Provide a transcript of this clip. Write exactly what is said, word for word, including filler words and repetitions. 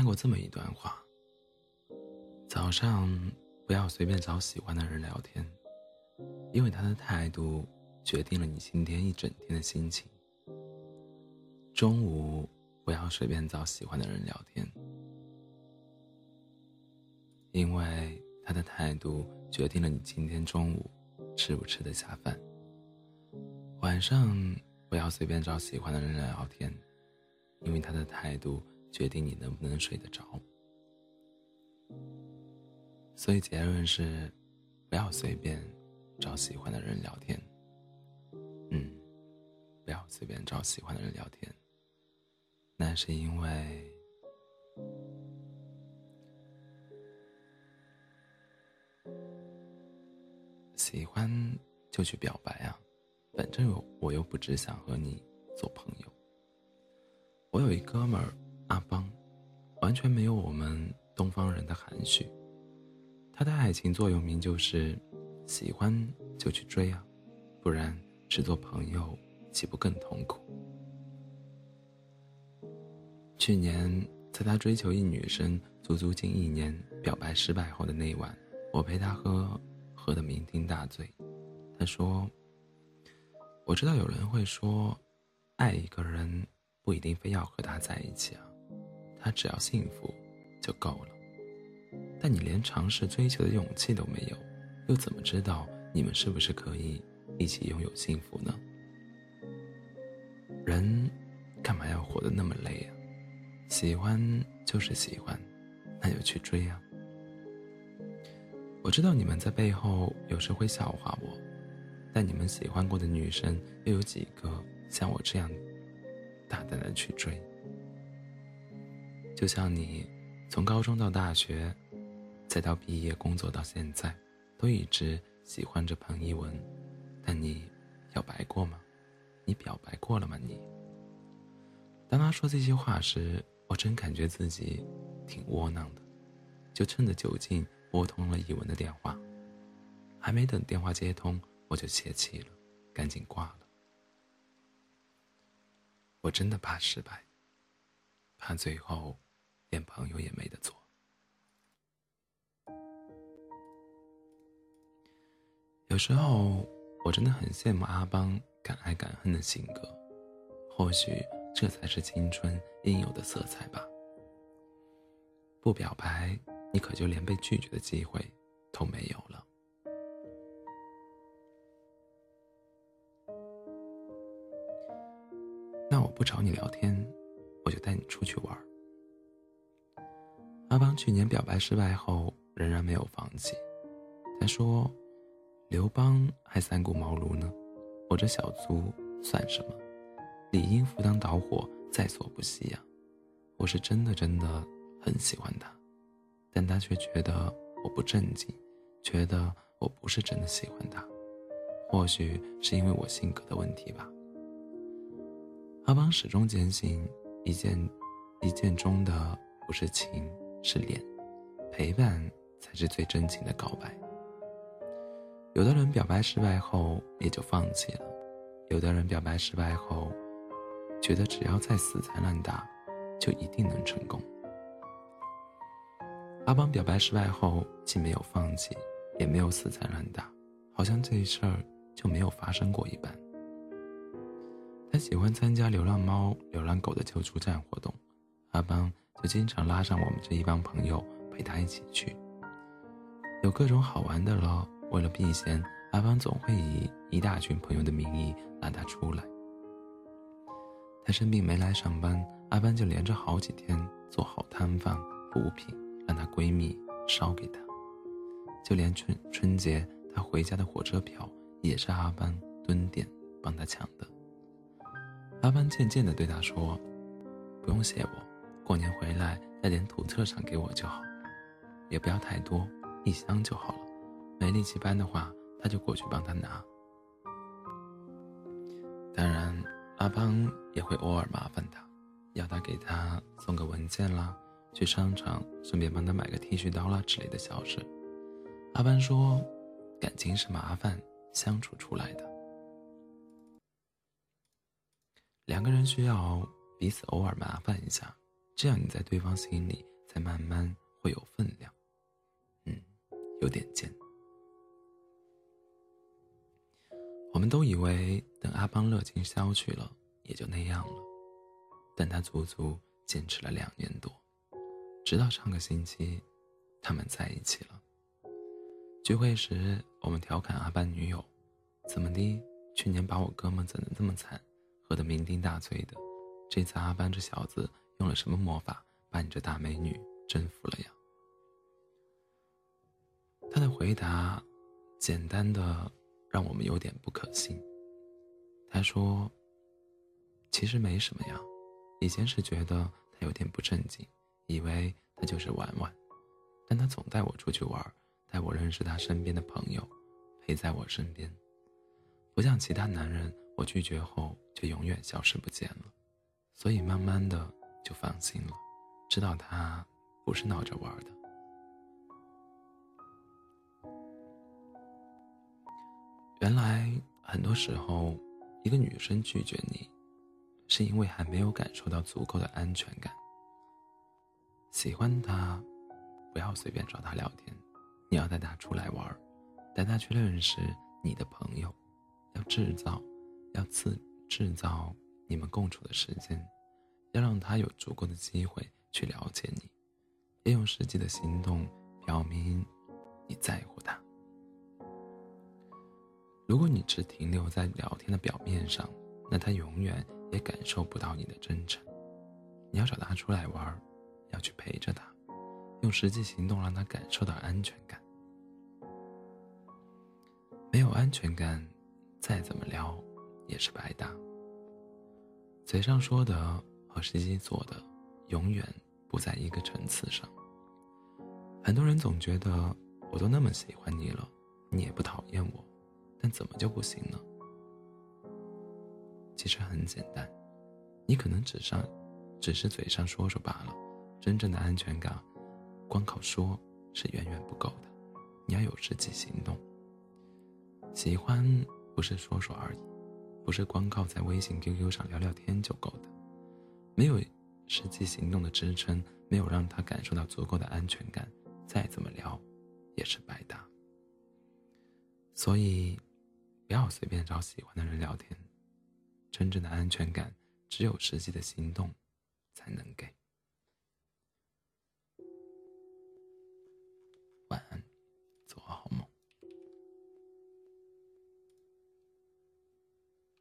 看过这么一段话：早上不要随便找喜欢的人聊天，因为他的态度决定了你今天一整天的心情。中午不要随便找喜欢的人聊天，因为他的态度决定了你今天中午吃不吃得下饭。晚上不要随便找喜欢的人聊天，因为他的态度决定你能不能睡得着。所以结论是，不要随便找喜欢的人聊天。嗯，不要随便找喜欢的人聊天，那是因为喜欢就去表白啊，反正我又不只想和你做朋友。我有一哥们儿阿邦，完全没有我们东方人的含蓄。他的爱情座右铭就是喜欢就去追啊，不然只做朋友岂不更痛苦。去年在他追求一女生足足近一年表白失败后的那晚，我陪他喝喝得酩酊大醉。他说，我知道有人会说，爱一个人不一定非要和他在一起啊，他只要幸福就够了。但你连尝试追求的勇气都没有，又怎么知道你们是不是可以一起拥有幸福呢？人干嘛要活得那么累啊？喜欢就是喜欢，那就去追啊。我知道你们在背后有时会笑话我，但你们喜欢过的女生又有几个像我这样大胆的去追？就像你从高中到大学，再到毕业工作到现在，都一直喜欢着彭一文，但你表白过吗？你表白过了吗你？当他说这些话时，我真感觉自己挺窝囊的，就趁着酒劲拨通了一文的电话。还没等电话接通，我就泄气了，赶紧挂了。我真的怕失败，怕最后连朋友也没得做。有时候我真的很羡慕阿邦敢爱敢恨的性格，或许这才是青春应有的色彩吧。不表白，你可就连被拒绝的机会都没有了。那我不找你聊天，我就带你出去玩。阿邦去年表白失败后仍然没有放弃，他说，刘邦还三顾茅庐呢，我这小卒算什么？理应赴汤蹈火，在所不惜呀、啊！我是真的真的很喜欢他，但他却觉得我不正经，觉得我不是真的喜欢他。或许是因为我性格的问题吧。阿邦始终坚信，一见一见钟的不是情，是脸，陪伴才是最真情的告白。有的人表白失败后也就放弃了，有的人表白失败后觉得只要再死缠烂打就一定能成功。阿邦表白失败后既没有放弃，也没有死缠烂打，好像这事儿就没有发生过一般。他喜欢参加流浪猫流浪狗的救助站活动，阿邦就经常拉上我们这一帮朋友陪他一起去。有各种好玩的了，为了避嫌，阿邦总会以一大群朋友的名义拉他出来。他生病没来上班，阿邦就连着好几天做好摊贩补品，让她闺蜜烧给他。就连春春节她回家的火车票也是阿邦蹲点帮她抢的。阿邦渐渐地对她说，不用谢我，过年回来带点土特产给我就好，也不要太多，一箱就好了，没力气搬的话他就过去帮他拿。当然阿邦也会偶尔麻烦他，要他给他送个文件啦，去商场顺便帮他买个剃须刀啦之类的小事。阿邦说，感情是麻烦相处出来的，两个人需要彼此偶尔麻烦一下，这样你在对方心里才慢慢会有分量。嗯，有点贱。我们都以为等阿邦热情消去了，也就那样了，但他足足坚持了两年多，直到上个星期，他们在一起了。聚会时，我们调侃阿班女友：“怎么的？去年把我哥们整得这么惨，喝得酩酊大醉的，这次阿班这小子用了什么魔法，把你这大美女征服了呀？”他的回答简单的让我们有点不可信。他说：“其实没什么呀，以前是觉得他有点不正经，以为他就是玩玩，但他总带我出去玩，带我认识他身边的朋友，陪在我身边，不像其他男人，我拒绝后就永远消失不见了，所以慢慢的就放心了，知道他不是闹着玩的。”原来很多时候，一个女生拒绝你，是因为还没有感受到足够的安全感。喜欢她，不要随便找她聊天，你要带她出来玩，带她去认识你的朋友，要制造，要制制造你们共处的时间，要让她有足够的机会去了解你，也用实际的行动表明你在乎她。如果你只停留在聊天的表面上，那他永远也感受不到你的真诚。你要找他出来玩，要去陪着他，用实际行动让他感受到安全感。没有安全感，再怎么聊也是白搭。嘴上说的和实际做的永远不在一个层次上。很多人总觉得我都那么喜欢你了，你也不讨厌我，但怎么就不行呢？其实很简单，你可能只上只是嘴上说说罢了，真正的安全感光靠说是远远不够的，你要有实际行动。喜欢不是说说而已，不是光靠在微信 Q Q 上聊聊天就够的，没有实际行动的支撑，没有让他感受到足够的安全感，再怎么聊也是白搭。所以不要随便找喜欢的人聊天，真正的安全感只有实际的行动才能给。